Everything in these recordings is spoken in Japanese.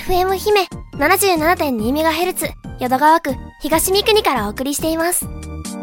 FM 姫 77.2MHz 淀川区東三国からお送りしています。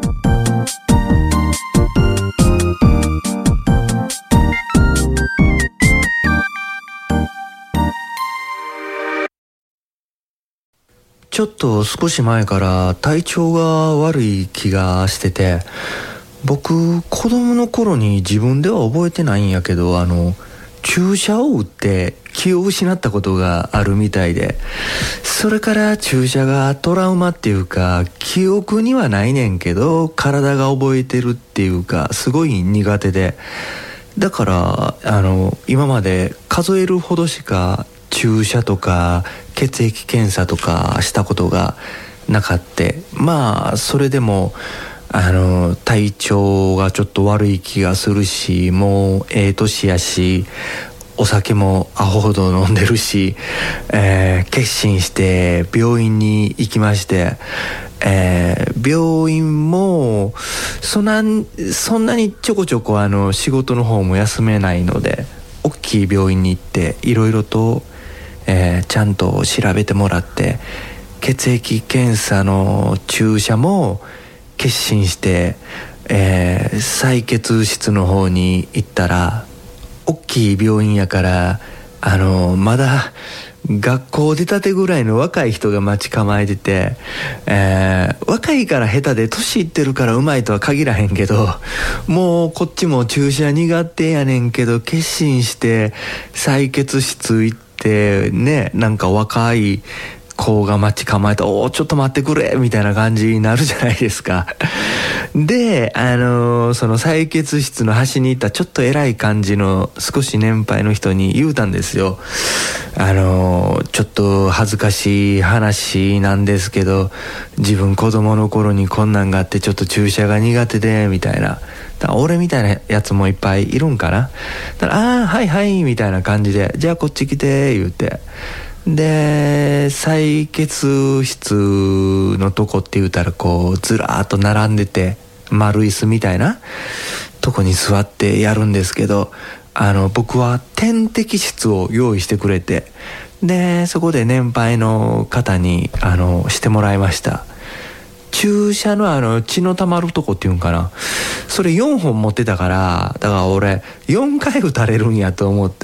ちょっと少し前から体調が悪い気がしてて、僕子供の頃に自分では覚えてないんやけど、注射を打って気を失ったことがあるみたいで、それから注射がトラウマっていうか、記憶にはないねんけど体が覚えてるっていうか、すごい苦手で、だから今まで数えるほどしか注射とか血液検査とかしたことがなかった。まあそれでも体調がちょっと悪い気がするし、もう年やし、お酒もアホほど飲んでるし、決心して病院に行きまして、病院もそんなにちょこちょこ仕事の方も休めないので、大きい病院に行っていろいろと、ちゃんと調べてもらって、血液検査の注射も決心して、採血室の方に行ったら、大きい病院やからまだ学校出たてぐらいの若い人が待ち構えてて、若いから下手で年いってるからうまいとは限らへんけど、もうこっちも注射苦手やねんけど、決心して採血室行ってね、なんか若い子が待ち構えて、おーちょっと待ってくれみたいな感じになるじゃないですか。でその採血室の端にいたちょっと偉い感じの少し年配の人に言うたんですよ。ちょっと恥ずかしい話なんですけど、自分子供の頃にこんなんがあって、ちょっと注射が苦手でみたいな。だ俺みたいなやつもいっぱいいるんかな。だからはいはいみたいな感じで、じゃあこっち来て言うて、で採血室のとこって言うたら、こうずらーっと並んでて、丸椅子みたいなとこに座ってやるんですけど、僕は点滴室を用意してくれて、でそこで年配の方にしてもらいました。注射の血の溜まるとこっていうんかな、それ4本持ってたから、だから俺4回打たれるんやと思って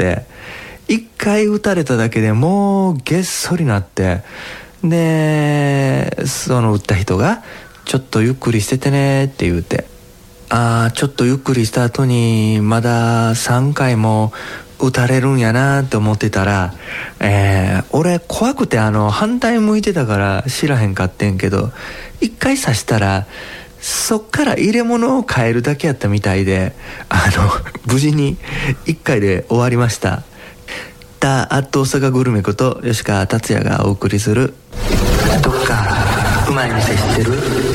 、1回打たれただけでもうげっそりなって、でその打った人がちょっとゆっくりしててねって言うて、ちょっとゆっくりした後にまだ3回も打たれるんやなって思ってたら、俺怖くて反対向いてたから知らへんかってんけど、1回刺したらそっから入れ物を変えるだけやったみたいで、無事に1回で終わりました。アット大阪グルメこと吉川達也がお送りする、どっかうまい店知ってる？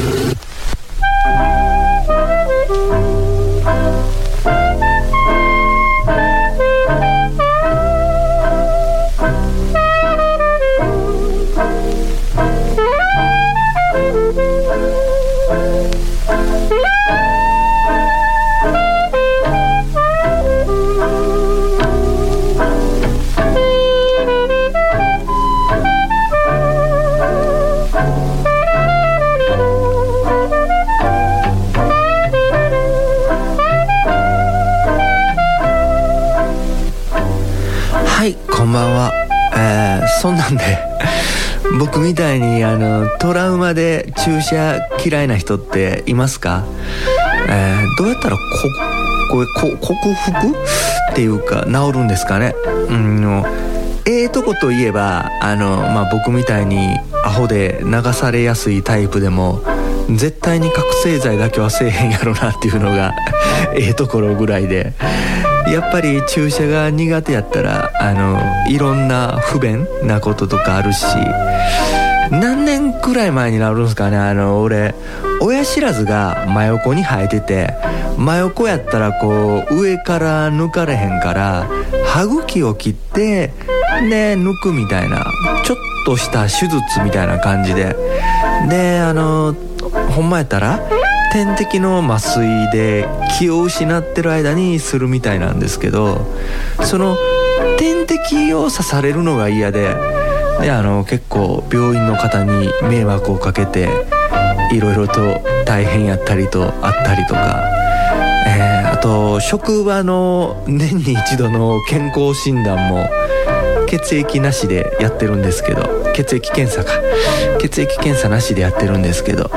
こんばんは。そんなんで僕みたいにトラウマで注射嫌いな人っていますか？どうやったら克服っていうか治るんですかね。とこといえば僕みたいにアホで流されやすいタイプでも絶対に覚醒剤だけはせえへんやろなっていうのがところぐらいで、やっぱり注射が苦手やったらいろんな不便なこととかあるし、何年くらい前になるんですかね、俺親知らずが真横に生えてて、真横やったらこう上から抜かれへんから歯茎を切ってで抜くみたいな、ちょっとした手術みたいな感じで、でほんまやったら点滴の麻酔で気を失ってる間にするみたいなんですけど、その点滴を刺されるのが嫌で、 で結構病院の方に迷惑をかけていろいろと大変やったりとあったりとか、あと職場の年に一度の健康診断も血液なしでやってるんですけど、血液検査なしでやってるんですけど、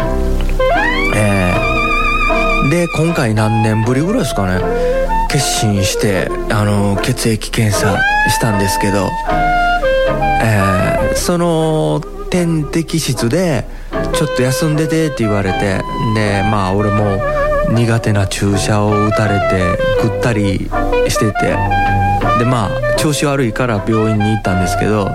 で今回何年ぶりぐらいですかね、決心して血液検査したんですけど、その点滴室でちょっと休んでてって言われて、でまあ俺も苦手な注射を打たれてぐったりしてて、でまあ調子悪いから病院に行ったんですけど、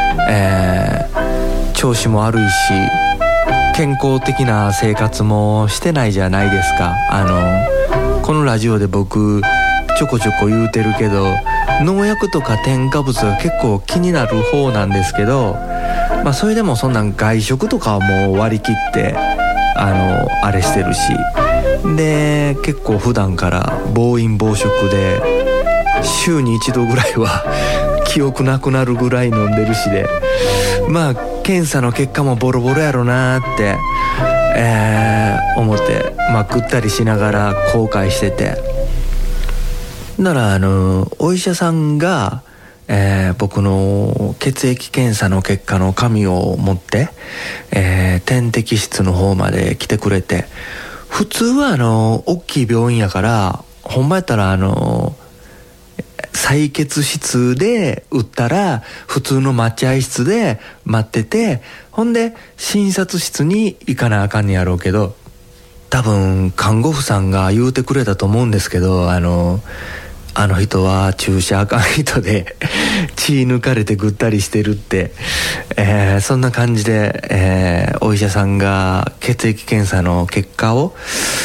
調子も悪いし健康的な生活もしてないじゃないですか。このラジオで僕ちょこちょこ言うてるけど、農薬とか添加物が結構気になる方なんですけど、まあそれでもそんなん外食とかはもう割り切ってあれしてるし、で結構普段から暴飲暴食で週に一度ぐらいは記憶なくなるぐらい飲んでるしで、まあ検査の結果もボロボロやろなって、思って、まあぐったりしながら後悔してて、ならお医者さんが、僕の血液検査の結果の紙を持って、点滴室の方まで来てくれて、普通は大きい病院やからほんまやったら採血室で打ったら普通の待合室で待ってて、ほんで診察室に行かなあかんねやろうけど、多分看護婦さんが言うてくれたと思うんですけど、あの人は注射あかん人で血抜かれてぐったりしてるって、そんな感じで、お医者さんが血液検査の結果を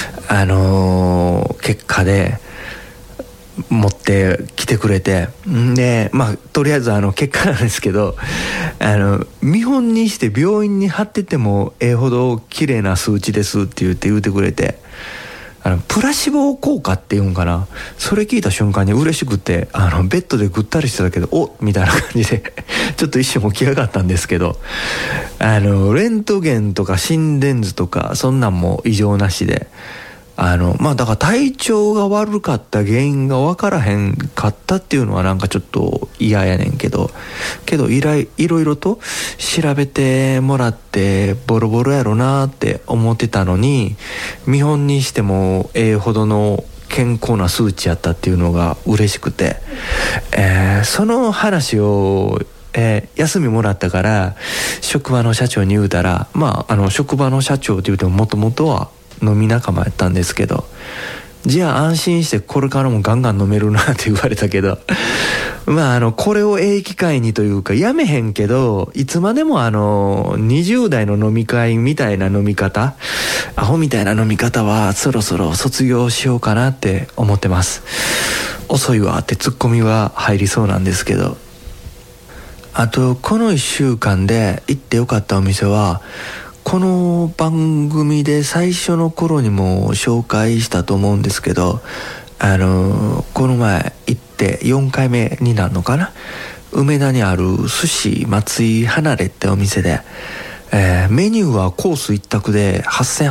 結果で持ってきてくれて、でまあとりあえず結果なんですけど、見本にして病院に貼っててもほど綺麗な数値ですって言ってくれて、プラシボ効果っていうんかな、それ聞いた瞬間に嬉しくて、ベッドでぐったりしてたけどおみたいな感じでちょっと一瞬起き上がったんですけど、レントゲンとか心電図とかそんなんも異常なしで、まあだから体調が悪かった原因が分からへんかったっていうのはなんかちょっと嫌やねんけどいろいろと調べてもらってボロボロやろなって思ってたのに、見本にしてもほどの健康な数値やったっていうのが嬉しくて、その話を休みもらったから職場の社長に言うたら、まあ職場の社長って言うてももともとは飲み仲間やったんですけど、じゃあ安心してこれからもガンガン飲めるなって言われたけどまあこれを機会にというかやめへんけど、いつまでも20代の飲み会みたいな飲み方、アホみたいな飲み方はそろそろ卒業しようかなって思ってます。遅いわってツッコミは入りそうなんですけど、あとこの1週間で行ってよかったお店は、この番組で最初の頃にも紹介したと思うんですけど、この前行って4回目になるのかな、梅田にある寿司松井離れってお店で、メニューはコース一択で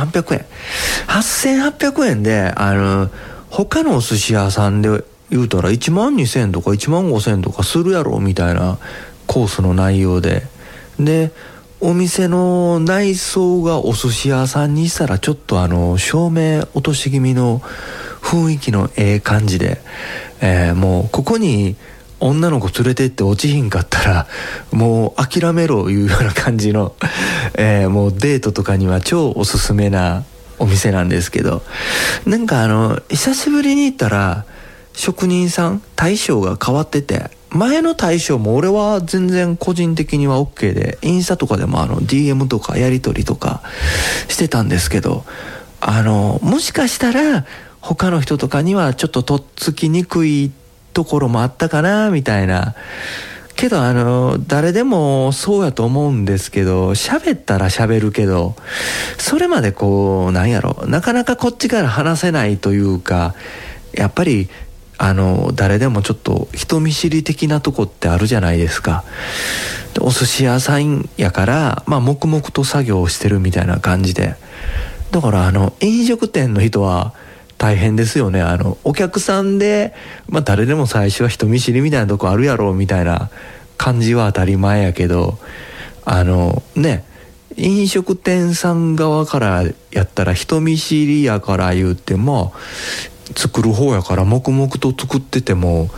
8800円で、他のお寿司屋さんで言うたら12000円とか15000円とかするやろみたいなコースの内容で、お店の内装がお寿司屋さんにしたらちょっと照明落とし気味の雰囲気の感じで、もうここに女の子連れてって落ちひんかったらもう諦めろいうような感じの、もうデートとかには超おすすめなお店なんですけど、なんか久しぶりに行ったら職人さん大将が変わってて、前の大将も俺は全然個人的には OK で、インスタとかでもDM とかやり取りとかしてたんですけど、もしかしたら他の人とかにはちょっととっつきにくいところもあったかなみたいな、けど誰でもそうやと思うんですけど、喋ったら喋るけどそれまでなんやろ、なかなかこっちから話せないというか、やっぱり誰でもちょっと人見知り的なとこってあるじゃないですか。 お寿司屋さんやから、黙々と作業をしてるみたいな感じで、だから飲食店の人は大変ですよね。お客さんで、誰でも最初は人見知りみたいなとこあるやろみたいな感じは当たり前やけど、飲食店さん側からやったら人見知りやから言うても、作る方やから黙々と作ってても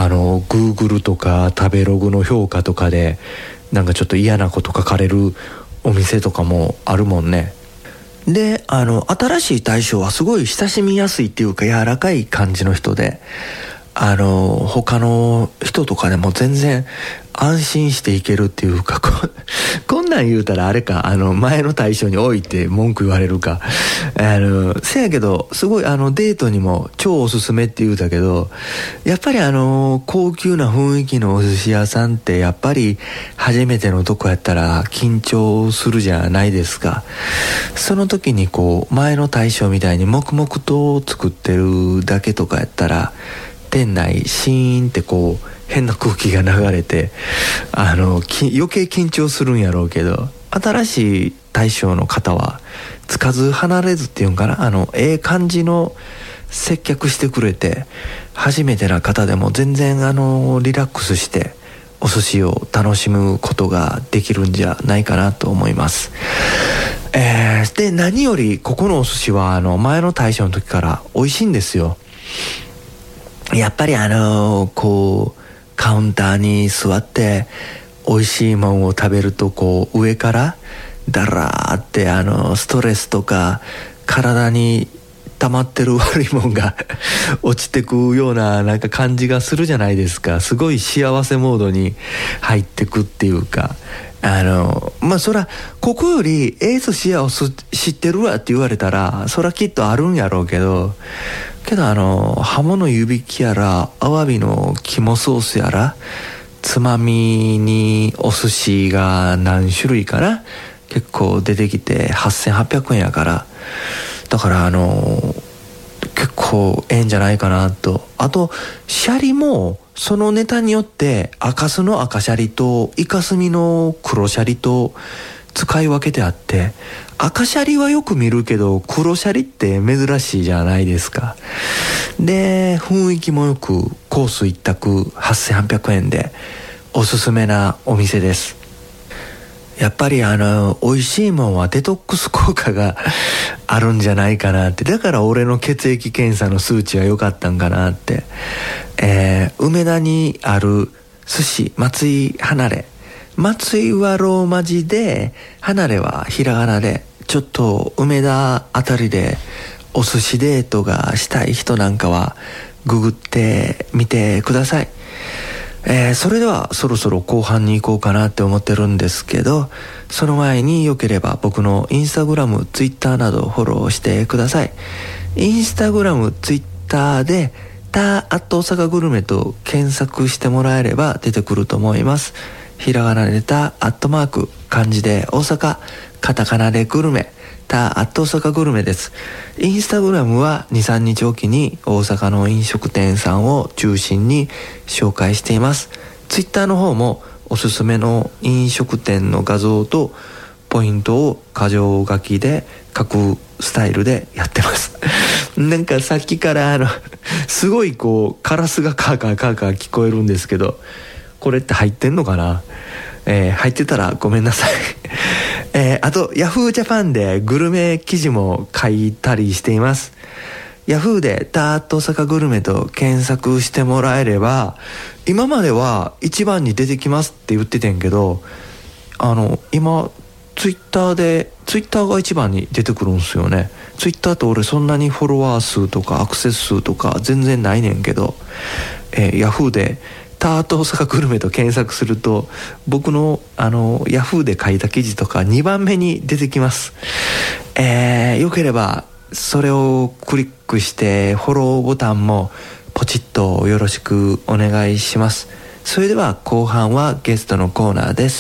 Google とか食べログの評価とかでなんかちょっと嫌なこと書かれるお店とかもあるもんね。で新しい大将はすごい親しみやすいっていうか柔らかい感じの人で、他の人とかでも全然安心していけるっていうか、こんなん言うたらあれか、前の大将において文句言われるか、せやけどすごいデートにも超おすすめって言うたけど、やっぱり高級な雰囲気のお寿司屋さんってやっぱり初めてのとこやったら緊張するじゃないですか。その時に前の大将みたいに黙々と作ってるだけとかやったら店内シーンって変な空気が流れて余計緊張するんやろうけど、新しい大将の方はつかず離れずっていうんかな、感じの接客してくれて、初めてな方でも全然リラックスしてお寿司を楽しむことができるんじゃないかなと思います。で何よりここのお寿司は前の大将の時から美味しいんですよ。やっぱりカウンターに座って美味しいもんを食べると上からだらーってストレスとか体に溜まってる悪いもんが落ちてくようななんか感じがするじゃないですか。すごい幸せモードに入ってくっていうか、そらここより寿司屋を知ってるわって言われたらそらきっとあるんやろうけどハモの湯引きやらアワビの肝ソースやらつまみにお寿司が何種類かな結構出てきて8800円やから、だから結構ええんじゃないかなと。あとシャリもそのネタによって赤酢の赤シャリとイカスミの黒シャリと使い分けてあって、赤シャリはよく見るけど黒シャリって珍しいじゃないですか。で雰囲気もよくコース一択8800円でおすすめなお店です。やっぱり美味しいもんはデトックス効果があるんじゃないかなって。だから俺の血液検査の数値は良かったんかなって。梅田にある寿司松井離れ、松井はローマ字で離れはひらがなで、ちょっと梅田あたりでお寿司デートがしたい人なんかはググってみてください。それではそろそろ後半に行こうかなって思ってるんですけど、その前によければ僕のインスタグラム、ツイッターなどフォローしてください。インスタグラム、ツイッターでターアット大阪グルメと検索してもらえれば出てくると思います。ひらがなでターアットマーク、漢字で大阪、カタカナでグルメ、ターアット大阪グルメです。インスタグラムは 2,3 日おきに大阪の飲食店さんを中心に紹介しています。ツイッターの方もおすすめの飲食店の画像とポイントを箇条書きで書くスタイルでやってますなんかさっきからすごいカラスがカーカーカーカー聞こえるんですけど、これって入ってんのかな。入ってたらごめんなさいあと Yahoo! ジャパンでグルメ記事も書いたりしています。 Yahoo! でターッと大阪グルメと検索してもらえれば、今までは一番に出てきますって言っててんけど、今ツイッターが一番に出てくるんですよね。ツイッターって俺そんなにフォロワー数とかアクセス数とか全然ないねんけど、Yahoo! でタート大阪グルメと検索すると僕のヤフーで書いた記事とか2番目に出てきます。よければそれをクリックしてフォローボタンもポチッとよろしくお願いします。それでは後半はゲストのコーナーです。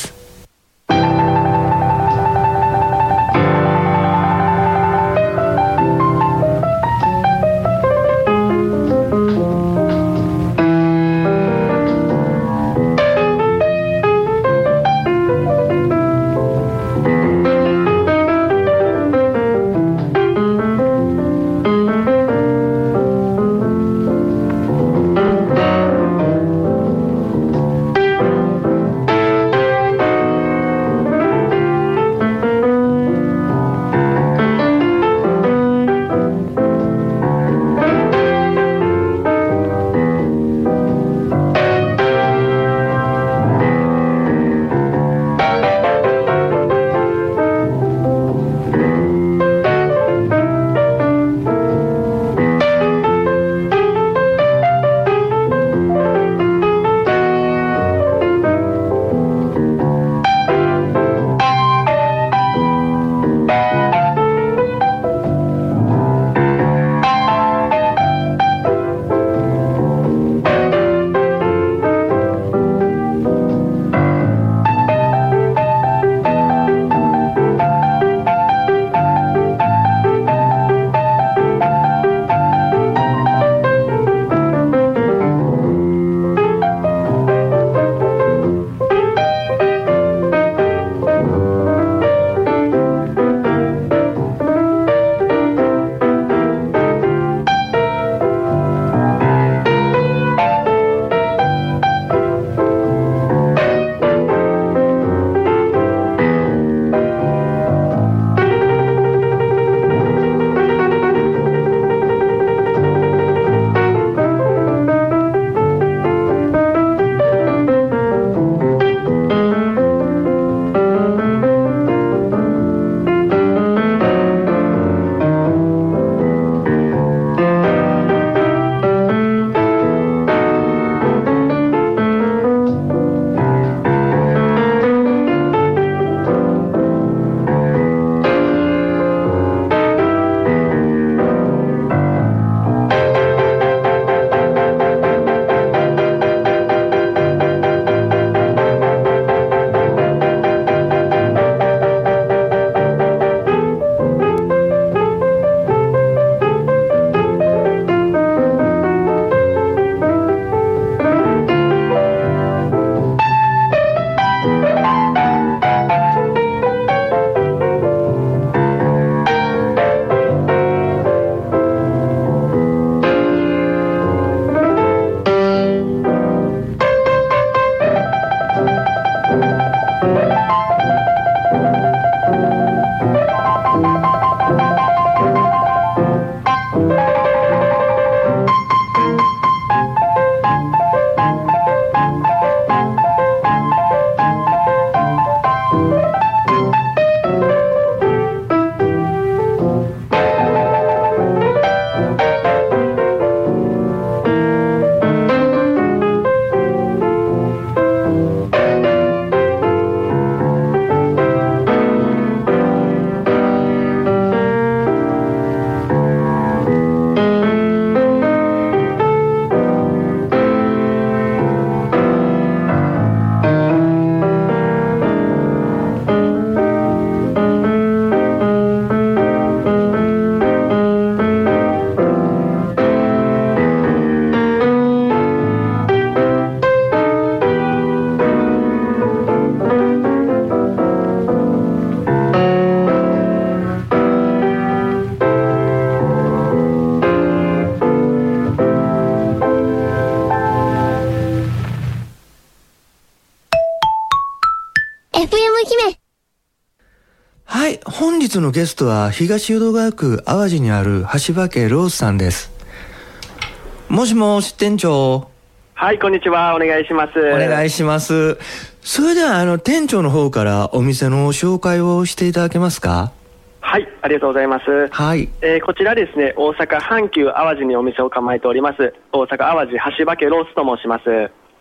FM 姫。 はい、本日のゲストは東淀川区淡路にある橋場家ロースさんです。もしもし、店長。 はい、こんにちは。お願いします。 お願いします。それでは店長の方からお店の紹介をしていただけますか？ はい、ありがとうございます。 はい。 こちらですね、大阪阪急淡路にお店を構えております大阪淡路橋場家ロースと申します。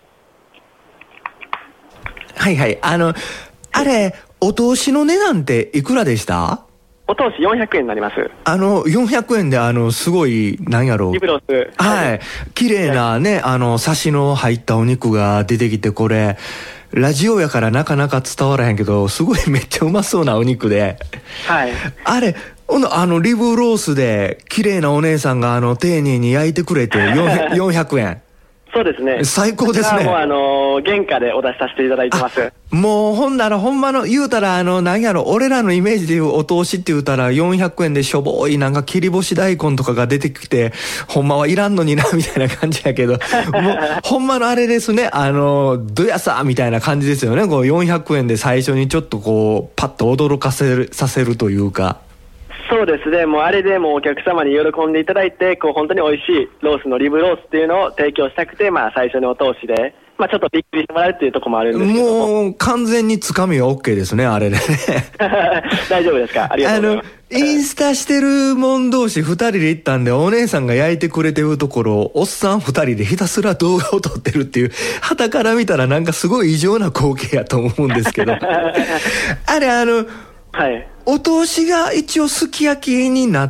はいはい。あれ、お通しの値段っていくらでした？ お通し400円になります。 400円ですごい、なんやろう。 リブロース。 はい。綺麗なね、サシの入ったお肉が出てきて、これ、ラジオやからなかなか伝わらへんけど、すごいめっちゃうまそうなお肉で。 はい。 あれ、リブロースで、綺麗なお姉さんが丁寧に焼いてくれて、400円。 そうですね。 最高ですね。 もう原価でお出しさせていただいてます。 もうほんまの言うたらなんやろ、俺らのイメージでいうお通しって言うたら400円でしょぼいなんか切り干し大根とかが出てきて、ほんまはいらんのになみたいな感じやけど、もうほんまのあれですね、どやさみたいな感じですよね。こう400円で最初にちょっとこうパッと驚かさせるというか。 そうですね、もうあれでもうお客様に喜んでいただいて、こう本当に美味しいロースのリブロースっていうのを提供したくて、最初にお通しで、ちょっとびっくりしてもらうっていうところもあるんですけどもう完全につかみは OK ですね、あれでね。 大丈夫ですか？ありがとうございます。 インスタしてるもん同士2人で行ったんで、お姉さんが焼いてくれてるところをおっさん2人でひたすら動画を撮ってるっていう、傍から見たらなんかすごい異常な光景やと思うんですけど。あれはい。 お通しが一応すき焼きになって、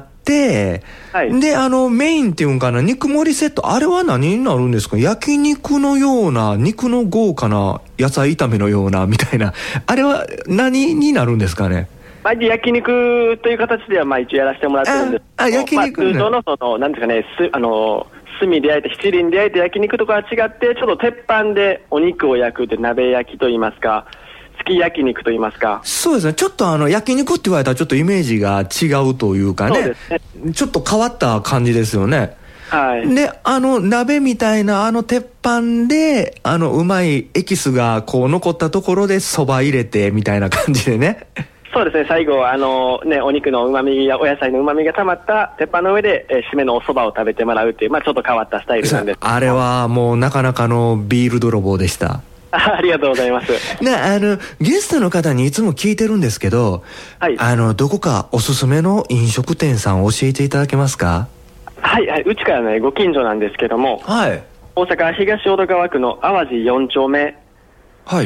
はい、 でメインっていうんかな、肉盛りセット、あれは何になるんですか？焼肉のような、肉の豪華な野菜炒めのようなみたいな、あれは何になるんですかね？ 焼肉という形では一応やらせてもらってるんですけど、 焼肉ね、 通常のなんですかね、炭で焼いて七輪で焼いて焼肉とかは違って、ちょっと鉄板でお肉を焼くって鍋焼きといいますか、すき焼肉と言いますか。 そうですね。ちょっと焼肉って言われたらちょっとイメージが違うというかね。そうですね。ちょっと変わった感じですよね。 はい。 で、鍋みたいな鉄板で、うまいエキスがこう残ったところで蕎麦入れてみたいな感じでね。 そうですね。最後お肉の旨味やお野菜の旨味が溜まった鉄板の上で、締めのお蕎麦を食べてもらうっていう、ちょっと変わったスタイルなんです。 あれはもうなかなかのビール泥棒でした。 ありがとうございます。 ゲストの方にいつも聞いてるんですけど、 はい、 どこかおすすめの飲食店さんを教えていただけますか？ はい、はい、うちからね、ご近所なんですけども、 はい、 大阪東淀川区の淡路4丁目、はい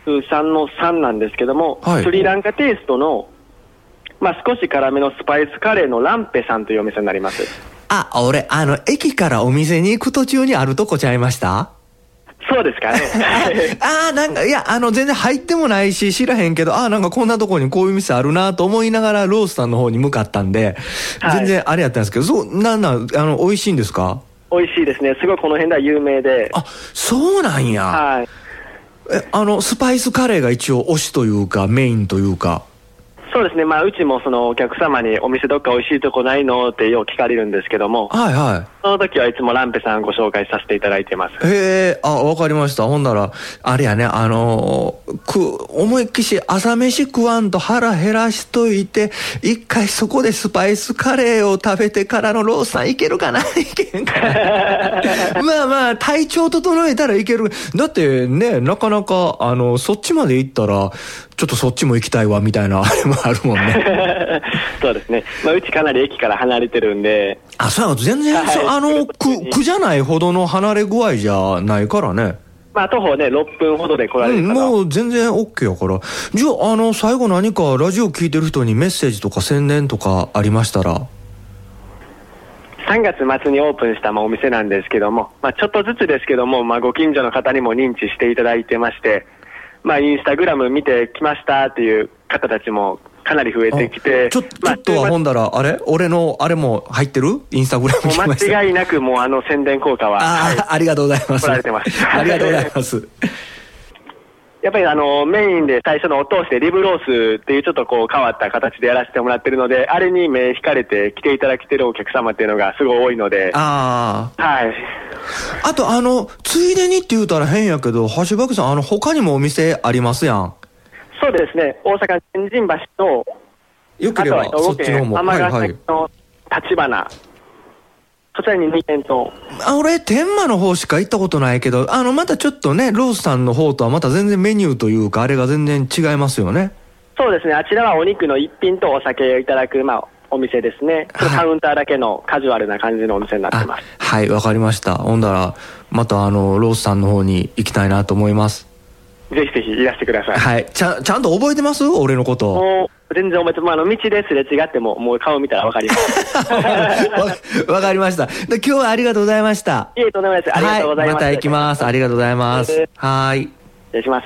、3-3-3なんですけども、はい、スリランカテイストの、少し辛めのスパイスカレーのランペさんというお店になります。 俺、駅からお店に行く途中にあるとこちゃいました？ そうですかね。 なんか、いや、全然入ってもないし、知らへんけど、なんかこんなとこにこういう店あるなと思いながら、ロースさんの方に向かったんで、全然あれやったんですけど、美味しいんですか？ 美味しいですね。すごいこの辺では有名で。 そうなんや。 はい。 スパイスカレーが一応推しというか、メインというか。 そうですね。うちもお客様にお店どっか美味しいとこないのってよう聞かれるんですけども、 はいはい。 その時はいつもランペさんご紹介させていただいてます。 へえ、わかりました。ほんなら、あれやね、思いっきし朝飯食わんと腹減らしといて、一回そこでスパイスカレーを食べてからのロースさんいけるかな？いけんかな？体調整えたらいける。だってね、なかなか、そっちまで行ったら、ちょっとそっちも行きたいわ、みたいな、あれもあるもんね。 そうですね。うちかなり駅から離れてるんで。 そうや、全然、苦じゃないほどの離れ具合じゃないからね。 徒歩ね、6分ほどで来られるから。 もう全然 OK やから。じゃあ、最後何かラジオ聞いてる人にメッセージとか宣伝とかありましたら。 3月末にオープンしたお店なんですけども、ちょっとずつですけども、ご近所の方にも認知していただいてまして、インスタグラム見てきましたっていう方たちもかなり増えてきて、 ちょっとはほんだら、俺のあれも入ってる？インスタグラム来ました。 間違いなくもう宣伝効果は。 ありがとうございます。 来られてます。 ありがとうございます。 やっぱりメインで最初のお通しでリブロースっていうちょっとこう変わった形でやらせてもらってるので、あれに目惹かれて来ていただけてるお客様っていうのがすごい多いので。はい。 あとついでにって言うたら変やけど、橋場さん他にもお店ありますやん。 そうですね、大阪天神橋と、 よければあとはそっちの方も。 尼崎の立花、そちらに2軒と。 俺天満の方しか行ったことないけど、またちょっとね、ロースさんの方とはまた全然メニューというかあれが全然違いますよね。 そうですね、あちらはお肉の一品とお酒をいただく、お店ですね。カウンターだけのカジュアルな感じのお店になってます。 はい、わかりました。ほんだらまたロースさんの方に行きたいなと思います。 ぜひぜひいらしてください。 はい、ちゃんと覚えてます？俺のこと。 もう全然覚えてます。道ですれ違ってももう顔見たらわかります。 わかりました。で、今日はありがとうございました。 いえ、とんでもないです。ありがとうございます。 また行きます。ありがとうございます。はい。 失礼します。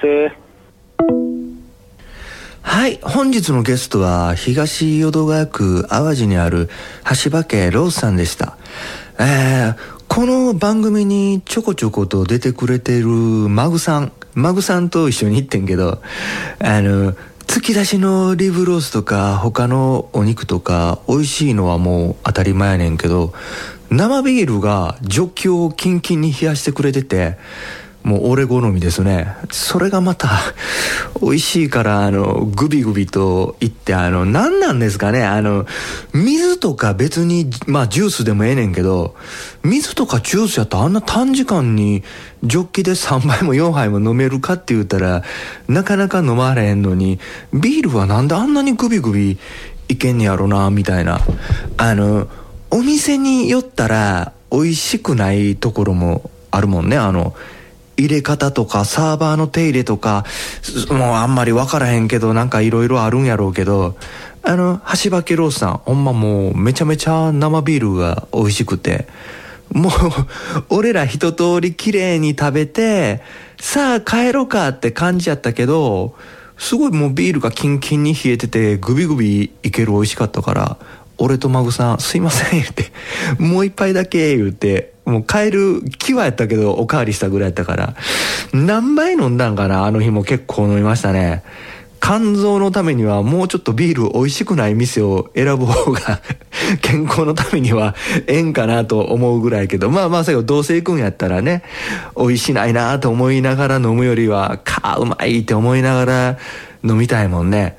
はい、本日のゲストは東淀川区淡路にある橋場家ロースさんでした。この番組にちょこちょこと出てくれてるマグさんと一緒に行ってんけど、突き出しのリブロースとか他のお肉とか美味しいのはもう当たり前やねんけど、生ビールがジョッキをキンキンに冷やしてくれてて、もう俺好みですね。それがまた美味しいからグビグビといって、何なんですかね、水とか別にジュースでもええねんけど、水とかジュースやったらあんな短時間にジョッキで3杯も4杯も飲めるかって言ったらなかなか飲まれへんのに、ビールはなんであんなにグビグビいけんねやろなみたいな。お店によったら美味しくないところもあるもんね。入れ方とかサーバーの手入れとかもうあんまり分からへんけど、なんかいろいろあるんやろうけど、橋場家ロースさんほんまもうめちゃめちゃ生ビールが美味しくて、もう俺ら一通り綺麗に食べてさあ帰ろうかって感じやったけど、すごいもうビールがキンキンに冷えててグビグビいける美味しかったから、俺とマグさんすいません言ってもう一杯だけ言って、もう帰る気はやったけどおかわりしたぐらいやったから、何杯飲んだんかな。あの日も結構飲みましたね。肝臓のためにはもうちょっとビール美味しくない店を選ぶ方が健康のためにはええんかなと思うぐらいやけど、そういうどうせ行くんやったらね、美味しないなと思いながら飲むよりはうまいって思いながら飲みたいもんね。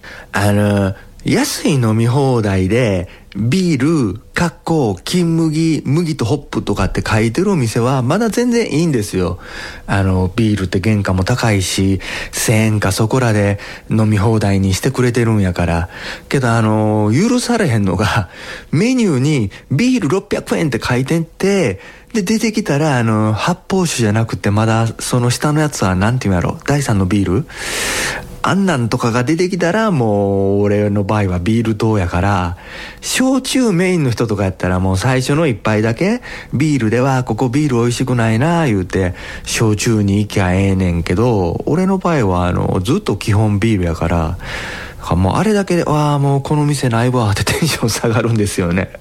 安い飲み放題でビール金麦麦とホップとかって書いてるお店はまだ全然いいんですよ。ビールって原価も高いし1000円かそこらで飲み放題にしてくれてるんやから。けど許されへんのが、メニューにビール600円って書いてって、で出てきたら発泡酒じゃなくてまだその下のやつはなんていうんやろ、第3のビールあんなんとかが出てきたら、もう俺の場合はビール糖やから、焼酎メインの人とかやったらもう最初の一杯だけビールではここビール美味しくないな言うて焼酎に行きゃええねんけど、俺の場合はずっと基本ビールやから、もうあれだけでもうこの店ないわってテンション下がるんですよね。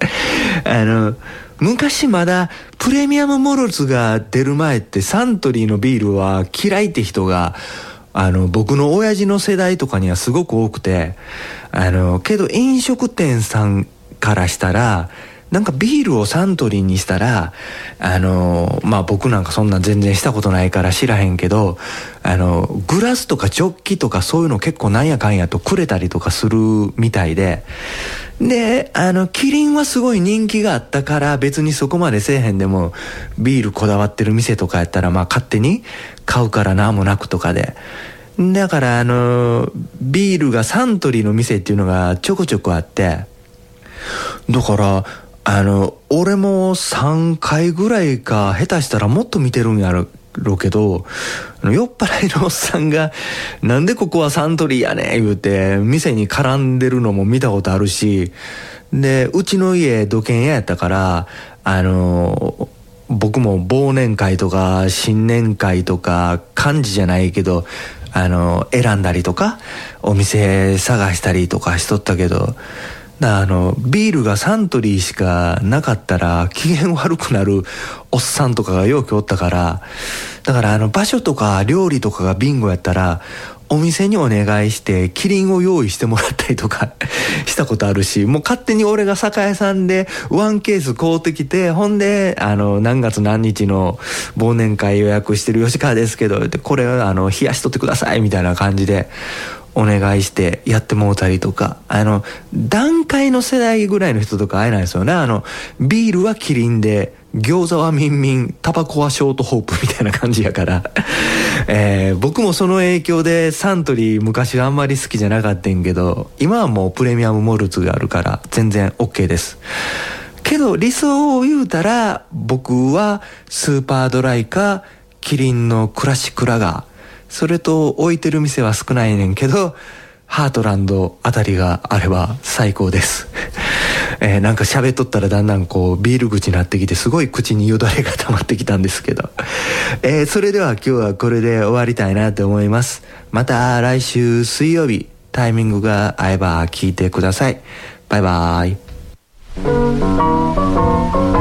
昔まだプレミアムモルツが出る前ってサントリーのビールは嫌いって人が僕の親父の世代とかにはすごく多くて、けど飲食店さんからしたらなんかビールをサントリーにしたら僕なんかそんなん全然したことないから知らへんけど、グラスとかジョッキとかそういうの結構なんやかんやとくれたりとかするみたいで、キリンはすごい人気があったから別にそこまでせえへんでもビールこだわってる店とかやったら勝手に買うからなんもなくとかで、だからビールがサントリーの店っていうのがちょこちょこあって、だから俺も3回ぐらいか下手したらもっと見てるんやろうけど、酔っ払いのおっさんがなんでここはサントリーやねん言うて店に絡んでるのも見たことあるし、でうちの家土建屋やったから僕も忘年会とか新年会とか幹事じゃないけど選んだりとかお店探したりとかしとったけど、ビールがサントリーしかなかったら機嫌悪くなるおっさんとかがよくおったから、だから場所とか料理とかがビンゴやったらお店にお願いしてキリンを用意してもらったりとかしたことあるし、もう勝手に俺が酒屋さんでワンケース買うてきて、ほんで何月何日の忘年会予約してる吉川ですけどこれ冷やしとってくださいみたいな感じでお願いしてやってもうたりとか、団塊の世代ぐらいの人とかあれなんですよね。ビールはキリンで、餃子はミンミン、タバコはショートホープみたいな感じやから、僕もその影響でサントリー昔はあんまり好きじゃなかったんけど、今はもうプレミアムモルツがあるから全然 OK です。けど理想を言うたら、僕はスーパードライかキリンのクラシックラガー、それと置いてる店は少ないねんけどハートランドあたりがあれば最高です。なんか喋っとったらだんだんこうビール口になってきて、すごい口によだれが溜まってきたんですけど、それでは今日はこれで終わりたいなと思います。また来週水曜日タイミングが合えば聞いてください。バイバイ。